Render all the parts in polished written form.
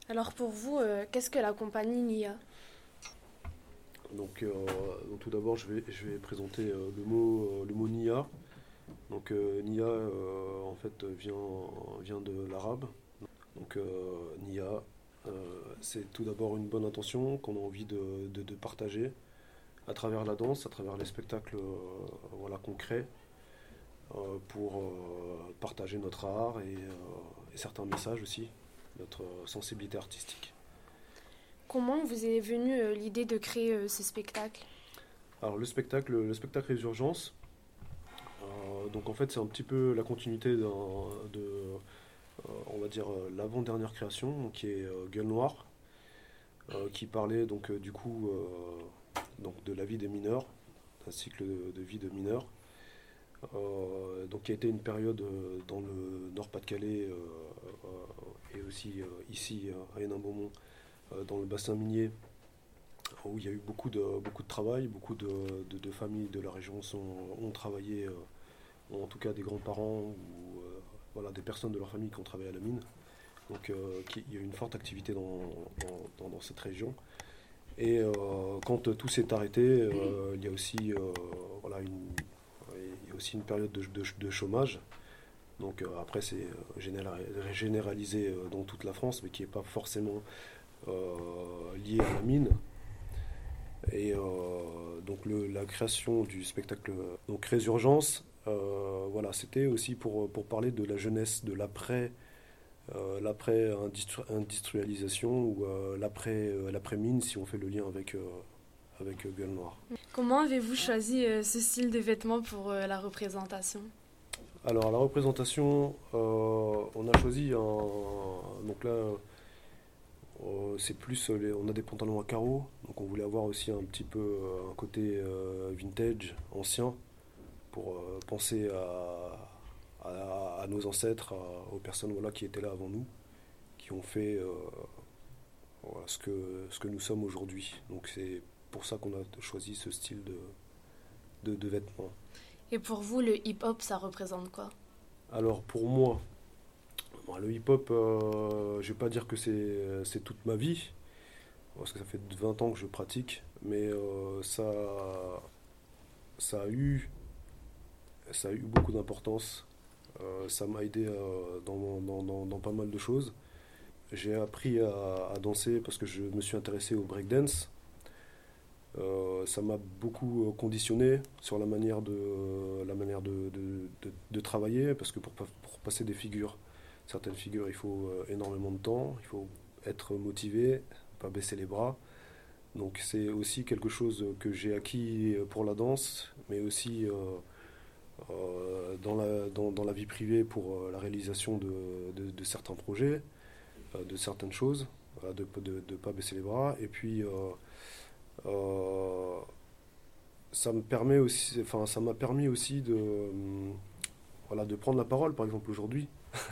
Alors pour vous, qu'est-ce que la compagnie NIA? Donc tout d'abord, je vais présenter le mot Nia. Nia, en fait, vient de l'arabe. Nia, c'est tout d'abord une bonne intention qu'on a envie de partager à travers la danse, à travers les spectacles voilà, qu'on crée pour partager notre art et certains messages aussi, notre sensibilité artistique. Comment vous est venue l'idée de créer ce spectacle? Alors le spectacle Les Urgences, donc en fait c'est un petit peu la continuité on va dire, l'avant-dernière création, qui est Gueule Noire, qui parlait donc du coup donc de la vie des mineurs, d'un cycle de vie de mineurs, donc qui a été une période dans le Nord-Pas-de-Calais et aussi ici à Hénin-Beaumont, dans le bassin minier, où il y a eu beaucoup de travail, beaucoup de familles de la région ont travaillé, ou en tout cas des grands-parents ou voilà, des personnes de leur famille qui ont travaillé à la mine. Il y a eu une forte activité dans cette région. Et quand tout s'est arrêté, il y a aussi, voilà, il y a aussi une période de chômage. Après, c'est généralisé dans toute la France, mais qui n'est pas forcément lié à la mine. La création du spectacle donc Résurgence, voilà, c'était aussi pour parler de la jeunesse, de l'après-industrialisation ou l'après-mine, si on fait le lien avec Gueule Noire. Comment avez-vous choisi ce style de vêtements pour la représentation? Alors, la représentation, on a choisi un. Donc là, c'est plus. On a des pantalons à carreaux, donc on voulait avoir aussi un petit peu un côté vintage, ancien, pour penser à nos ancêtres, aux personnes voilà, qui étaient là avant nous, qui ont fait voilà, ce que nous sommes aujourd'hui. Donc c'est pour ça qu'on a choisi ce style de vêtements. Et pour vous, le hip-hop, ça représente quoi? Alors pour moi, bon, le hip-hop, je vais pas dire que c'est toute ma vie, parce que ça fait 20 ans que je pratique, mais ça a eu, ça a eu beaucoup d'importance. Ça m'a aidé dans pas mal de choses. J'ai appris à danser parce que je me suis intéressé au breakdance. Ça m'a beaucoup conditionné sur la manière de travailler, parce que pour passer certaines figures, il faut énormément de temps, il faut être motivé, pas baisser les bras. Donc c'est aussi quelque chose que j'ai acquis pour la danse, mais aussi dans la vie privée pour la réalisation de certains projets, de certaines choses, voilà, de ne pas baisser les bras. Et puis euh, ça m'a permis aussi voilà, de prendre la parole, par exemple aujourd'hui,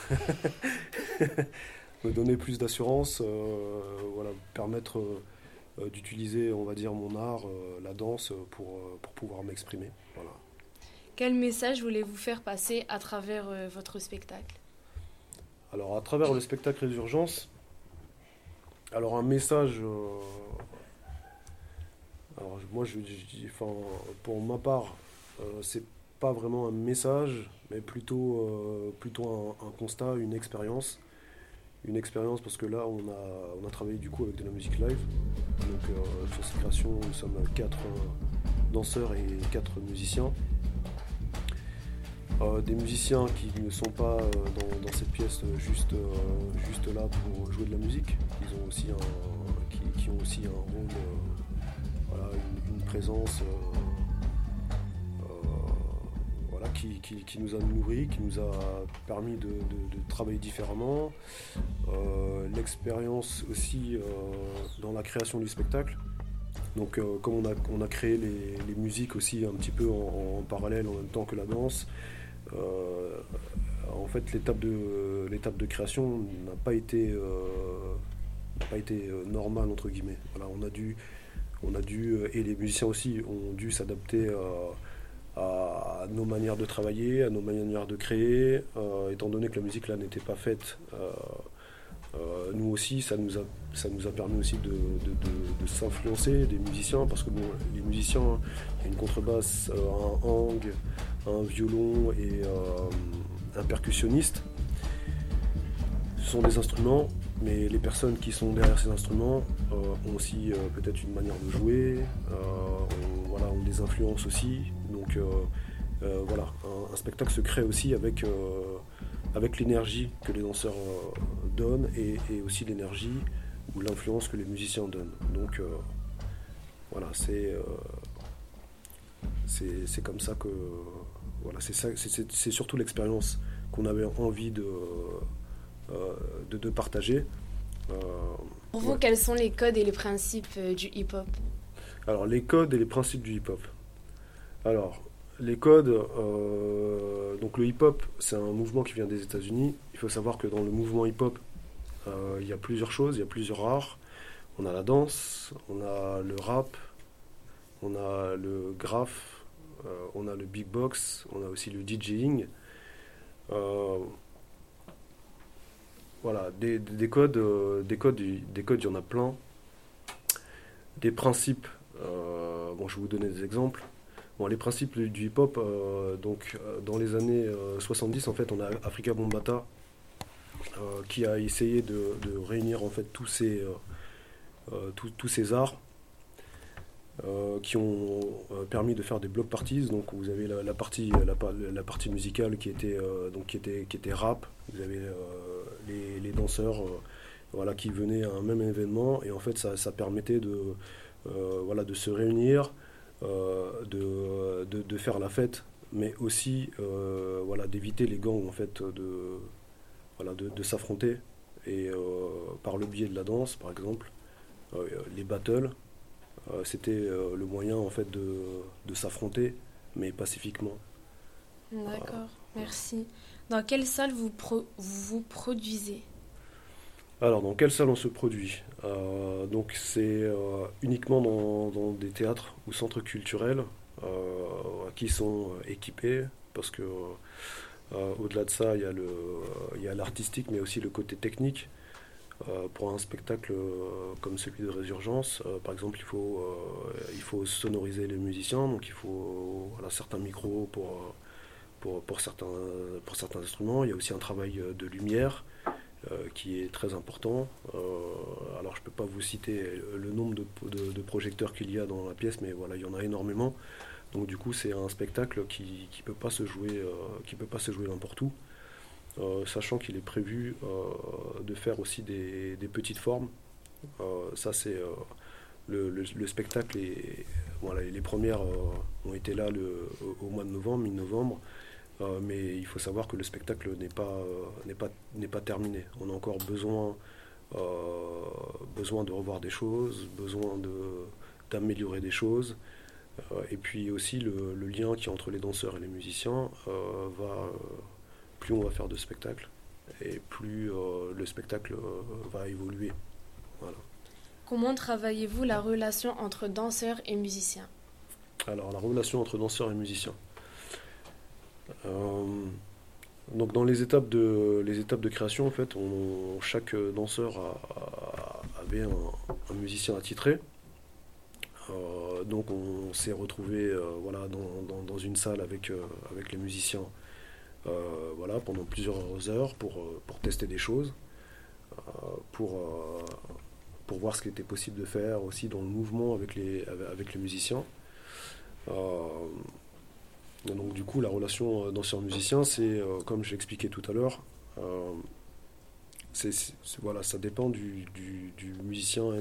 me donner plus d'assurance, voilà, permettre d'utiliser, on va dire, mon art, la danse, pour pouvoir m'exprimer. Voilà. Quel message voulez-vous faire passer à travers votre spectacle? Alors, à travers le spectacle Résurgence, alors un message, moi, enfin, pour ma part, c'est pas vraiment un message, mais plutôt un constat, une expérience. Une expérience parce que là, on a travaillé du coup avec de la musique live. Sur cette création, nous sommes 4 danseurs et 4 musiciens. Des musiciens qui ne sont pas dans cette pièce juste là pour jouer de la musique. Qui ont aussi un rôle, voilà, une présence, voilà, qui nous a nourris, qui nous a permis de travailler différemment. L'expérience aussi dans la création du spectacle. Comme on a créé les musiques aussi un petit peu en parallèle, en même temps que la danse, en fait l'étape de création n'a pas été normale entre guillemets. Voilà, on a dû et les musiciens aussi ont dû s'adapter à nos manières de travailler, à nos manières de créer, étant donné que la musique là n'était pas faite Nous aussi, ça nous a permis aussi de s'influencer des musiciens, parce que bon, les musiciens, il y a une contrebasse, un hang, un violon et un percussionniste. Ce sont des instruments, mais les personnes qui sont derrière ces instruments ont aussi peut-être une manière de jouer, voilà, ont des influences aussi. Donc voilà, un spectacle se crée aussi avec l'énergie que les danseurs donnent et aussi l'énergie ou l'influence que les musiciens donnent. Donc voilà, c'est comme ça que voilà, c'est surtout l'expérience qu'on avait envie de partager. Euh, Pour vous, ouais. quels sont les codes et les principes du hip-hop? Alors les codes et les principes du hip-hop. Alors les codes, donc le hip-hop, c'est un mouvement qui vient des États-Unis. Il faut savoir que dans le mouvement hip-hop, il y a plusieurs choses, il y a plusieurs arts. On a la danse, on a le rap, on a le graphe, on a le big box, on a aussi le DJing. Euh, voilà, des codes, il y en a plein. Des principes, bon, je vais vous donner des exemples. Bon, les principes du hip-hop, dans les années 70, en fait, on a Afrika Bambaataa qui a essayé de réunir en fait tous ces arts qui ont permis de faire des block parties. Donc vous avez la partie musicale qui était rap. Vous avez les danseurs voilà, qui venaient à un même événement et en fait ça permettait voilà, de se réunir, de faire la fête, mais aussi voilà, d'éviter les gangs en fait, voilà, de s'affronter et par le biais de la danse par exemple, les battles. C'était le moyen en fait de s'affronter, mais pacifiquement. D'accord, merci. Dans quelle salle vous produisez? Alors, dans quelle salle on se produit? Donc, c'est uniquement dans des théâtres ou centres culturels qui sont équipés, parce que au-delà de ça, il y a l'artistique, mais aussi le côté technique. Pour un spectacle comme celui de Résurgence, par exemple, il faut sonoriser les musiciens, donc il faut voilà, certains micros pour certains instruments. Il y a aussi un travail de lumière qui est très important. Alors je ne peux pas vous citer le nombre de projecteurs qu'il y a dans la pièce, mais voilà, il y en a énormément. Donc du coup, c'est un spectacle qui peut pas se jouer n'importe où. Sachant qu'il est prévu de faire aussi des petites formes. Ça, c'est le spectacle. Voilà, les premières ont été là au mois de novembre, mi-novembre. Mais il faut savoir que le spectacle n'est pas terminé. On a encore besoin de revoir des choses, d'améliorer des choses. Et puis aussi le lien qui est entre les danseurs et les musiciens plus on va faire de spectacles et plus le spectacle va évoluer. Voilà. Comment travaillez-vous la relation entre danseurs et musiciens? Alors la relation entre danseurs et musiciens. Euh, donc dans les étapes de création, en fait, chaque danseur avait un musicien attitré. Donc on s'est retrouvé voilà, dans une salle avec les musiciens voilà, pendant plusieurs heures pour tester des choses, pour, euh, pour voir ce qui était possible de faire aussi dans le mouvement avec les musiciens. Euh, donc du coup, la relation danseur-musicien, c'est, comme je l'expliquais tout à l'heure, voilà, ça dépend du musicien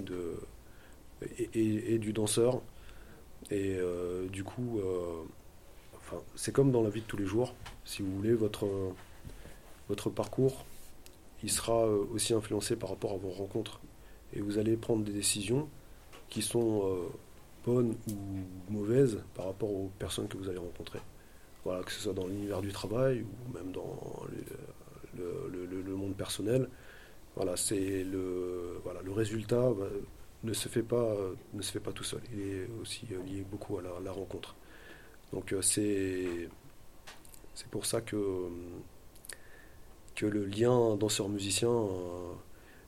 et du danseur. Et du coup, enfin, c'est comme dans la vie de tous les jours. Si vous voulez, votre parcours, il sera aussi influencé par rapport à vos rencontres. Et vous allez prendre des décisions qui sont bonnes ou mauvaises par rapport aux personnes que vous allez rencontrer. Voilà, que ce soit dans l'univers du travail ou même dans le monde personnel. Voilà, voilà, le résultat ne se fait pas tout seul. Il est aussi lié beaucoup à la rencontre. Donc c'est pour ça que le lien danseur-musicien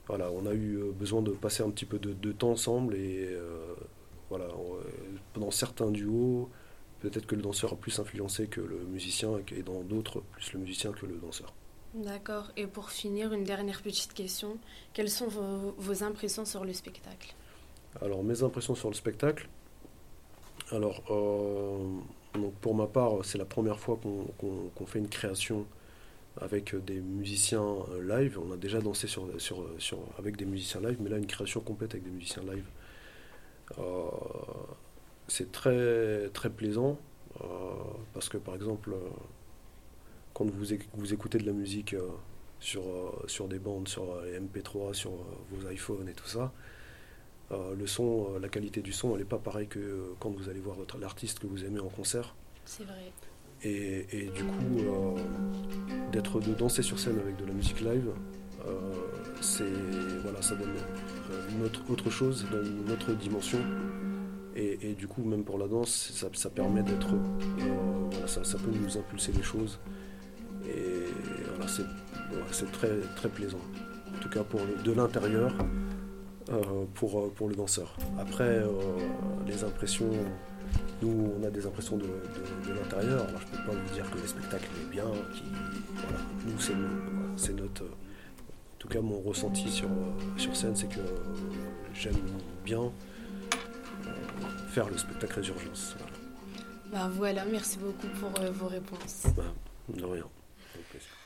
voilà, on a eu besoin de passer un petit peu de temps ensemble et voilà, dans certains duos, peut-être que le danseur a plus influencé que le musicien et dans d'autres, plus le musicien que le danseur. D'accord. Et pour finir, une dernière petite question. Quelles sont vos impressions sur le spectacle? Alors, mes impressions sur le spectacle, alors, donc pour ma part, c'est la première fois qu'on fait une création avec des musiciens live. On a déjà dansé avec des musiciens live, mais là, une création complète avec des musiciens live. Euh, c'est très, très plaisant parce que, par exemple, quand vous écoutez de la musique sur des bandes, sur les MP3, sur vos iPhones et tout ça, le son, la qualité du son, elle n'est pas pareille que quand vous allez voir l'artiste que vous aimez en concert. C'est vrai. Et du coup, de danser sur scène avec de la musique live, c'est voilà, ça donne autre chose, ça donne une autre dimension. Et du coup, même pour la danse, ça permet d'être, voilà, ça peut nous impulser les choses. Et voilà, c'est très très plaisant. En tout cas de l'intérieur. Pour le danseur. Après, les impressions, nous on a des impressions de l'intérieur. Alors, je ne peux pas vous dire que le spectacle est bien, voilà. Nous c'est notre. En tout cas, mon ressenti sur scène, c'est que j'aime bien faire le spectacle Résurgence. Voilà. Bah voilà, merci beaucoup pour vos réponses. Bah, de rien. Donc,